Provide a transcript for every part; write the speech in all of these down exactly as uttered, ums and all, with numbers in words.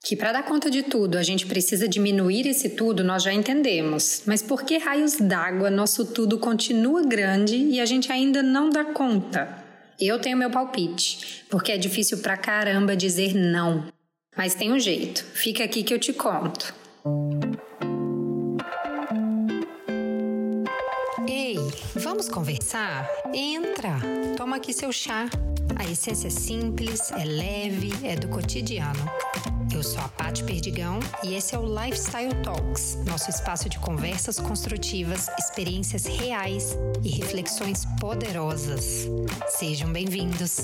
Que para dar conta de tudo a gente precisa diminuir esse tudo, nós já entendemos. Mas por que raios d'água nosso tudo continua grande e a gente ainda não dá conta? Eu tenho meu palpite, porque é difícil pra caramba dizer não. Mas tem um jeito, fica aqui que eu te conto. Ei, vamos conversar? Entra, toma aqui seu chá. A essência é simples, é leve, é do cotidiano. Eu sou a Paty Perdigão e esse é o Lifestyle Talks, nosso espaço de conversas construtivas, experiências reais e reflexões poderosas. Sejam bem-vindos!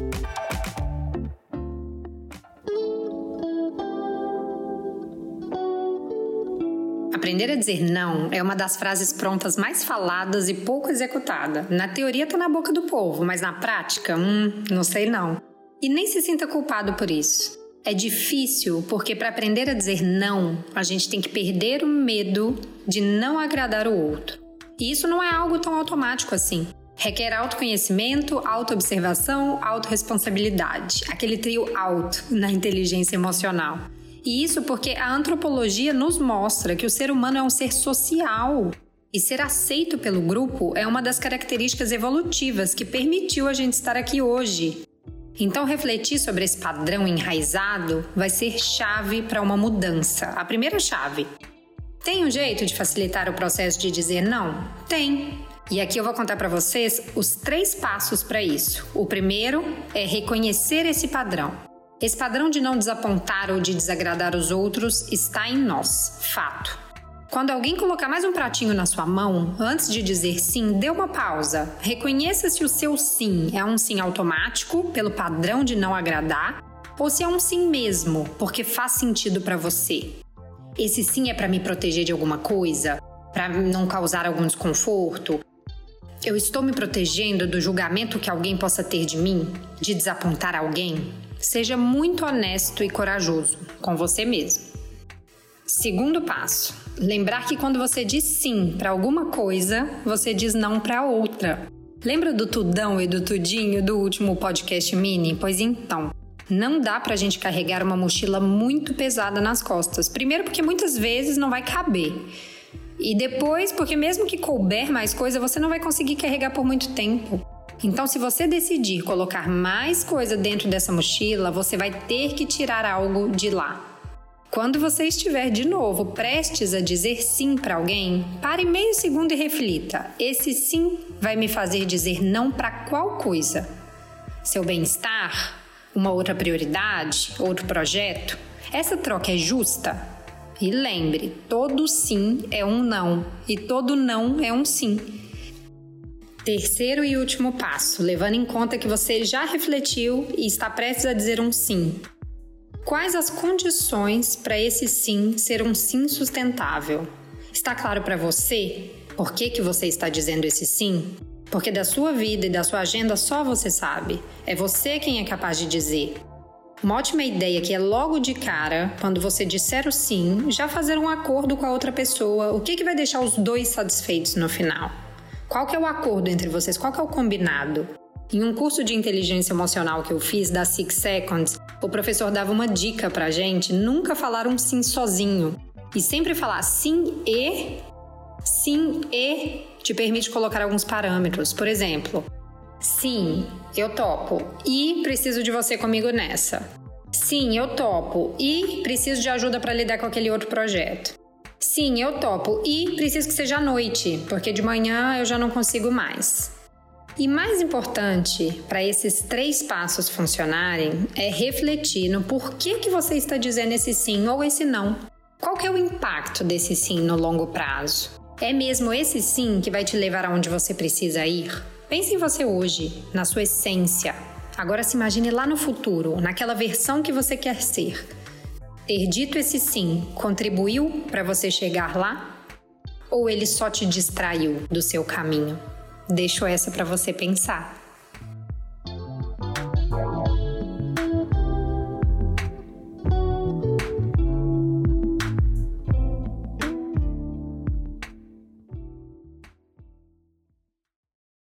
Aprender a dizer não é uma das frases prontas mais faladas e pouco executada. Na teoria tá na boca do povo, mas na prática, hum, não sei não. E nem se sinta culpado por isso. É difícil porque para aprender a dizer não, a gente tem que perder o medo de não agradar o outro. E isso não é algo tão automático assim. Requer autoconhecimento, autoobservação, autorresponsabilidade. Aquele trio auto na inteligência emocional. E isso porque a antropologia nos mostra que o ser humano é um ser social. E ser aceito pelo grupo é uma das características evolutivas que permitiu a gente estar aqui hoje. Então, refletir sobre esse padrão enraizado vai ser chave para uma mudança. A primeira chave. Tem um jeito de facilitar o processo de dizer não? Tem. E aqui eu vou contar para vocês os três passos para isso. O primeiro é reconhecer esse padrão. Esse padrão de não desapontar ou de desagradar os outros está em nós. Fato. Quando alguém colocar mais um pratinho na sua mão, antes de dizer sim, dê uma pausa. Reconheça se o seu sim é um sim automático, pelo padrão de não agradar, ou se é um sim mesmo, porque faz sentido para você. Esse sim é para me proteger de alguma coisa, para não causar algum desconforto. Eu estou me protegendo do julgamento que alguém possa ter de mim, de desapontar alguém? Seja muito honesto e corajoso com você mesmo. Segundo passo, lembrar que quando você diz sim para alguma coisa, você diz não para outra. Lembra do tudão e do tudinho do último podcast mini? Pois então, não dá pra gente carregar uma mochila muito pesada nas costas. Primeiro porque muitas vezes não vai caber. E depois porque mesmo que couber mais coisa, você não vai conseguir carregar por muito tempo. Então, se você decidir colocar mais coisa dentro dessa mochila, você vai ter que tirar algo de lá. Quando você estiver de novo prestes a dizer sim para alguém, pare meio segundo e reflita. Esse sim vai me fazer dizer não para qual coisa? Seu bem-estar? Uma outra prioridade? Outro projeto? Essa troca é justa? E lembre, todo sim é um não e todo não é um sim. Terceiro e último passo, levando em conta que você já refletiu e está prestes a dizer um sim. Quais as condições para esse sim ser um sim sustentável? Está claro para você por que que você está dizendo esse sim? Porque da sua vida e da sua agenda só você sabe. É você quem é capaz de dizer. Uma ótima ideia que é logo de cara, quando você disser o sim, já fazer um acordo com a outra pessoa. O que que vai deixar os dois satisfeitos no final? Qual que é o acordo entre vocês? Qual que é o combinado? Em um curso de inteligência emocional que eu fiz, da Six Seconds, o professor dava uma dica pra gente nunca falar um sim sozinho. E sempre falar sim e... Sim e... te permite colocar alguns parâmetros. Por exemplo, sim, eu topo e preciso de você comigo nessa. Sim, eu topo e preciso de ajuda para lidar com aquele outro projeto. Sim, eu topo e preciso que seja à noite, porque de manhã eu já não consigo mais. E mais importante para esses três passos funcionarem é refletir no porquê que você está dizendo esse sim ou esse não. Qual que é o impacto desse sim no longo prazo? É mesmo esse sim que vai te levar aonde você precisa ir? Pense em você hoje, na sua essência. Agora se imagine lá no futuro, naquela versão que você quer ser. Ter dito esse sim contribuiu para você chegar lá? Ou ele só te distraiu do seu caminho? Deixo essa para você pensar.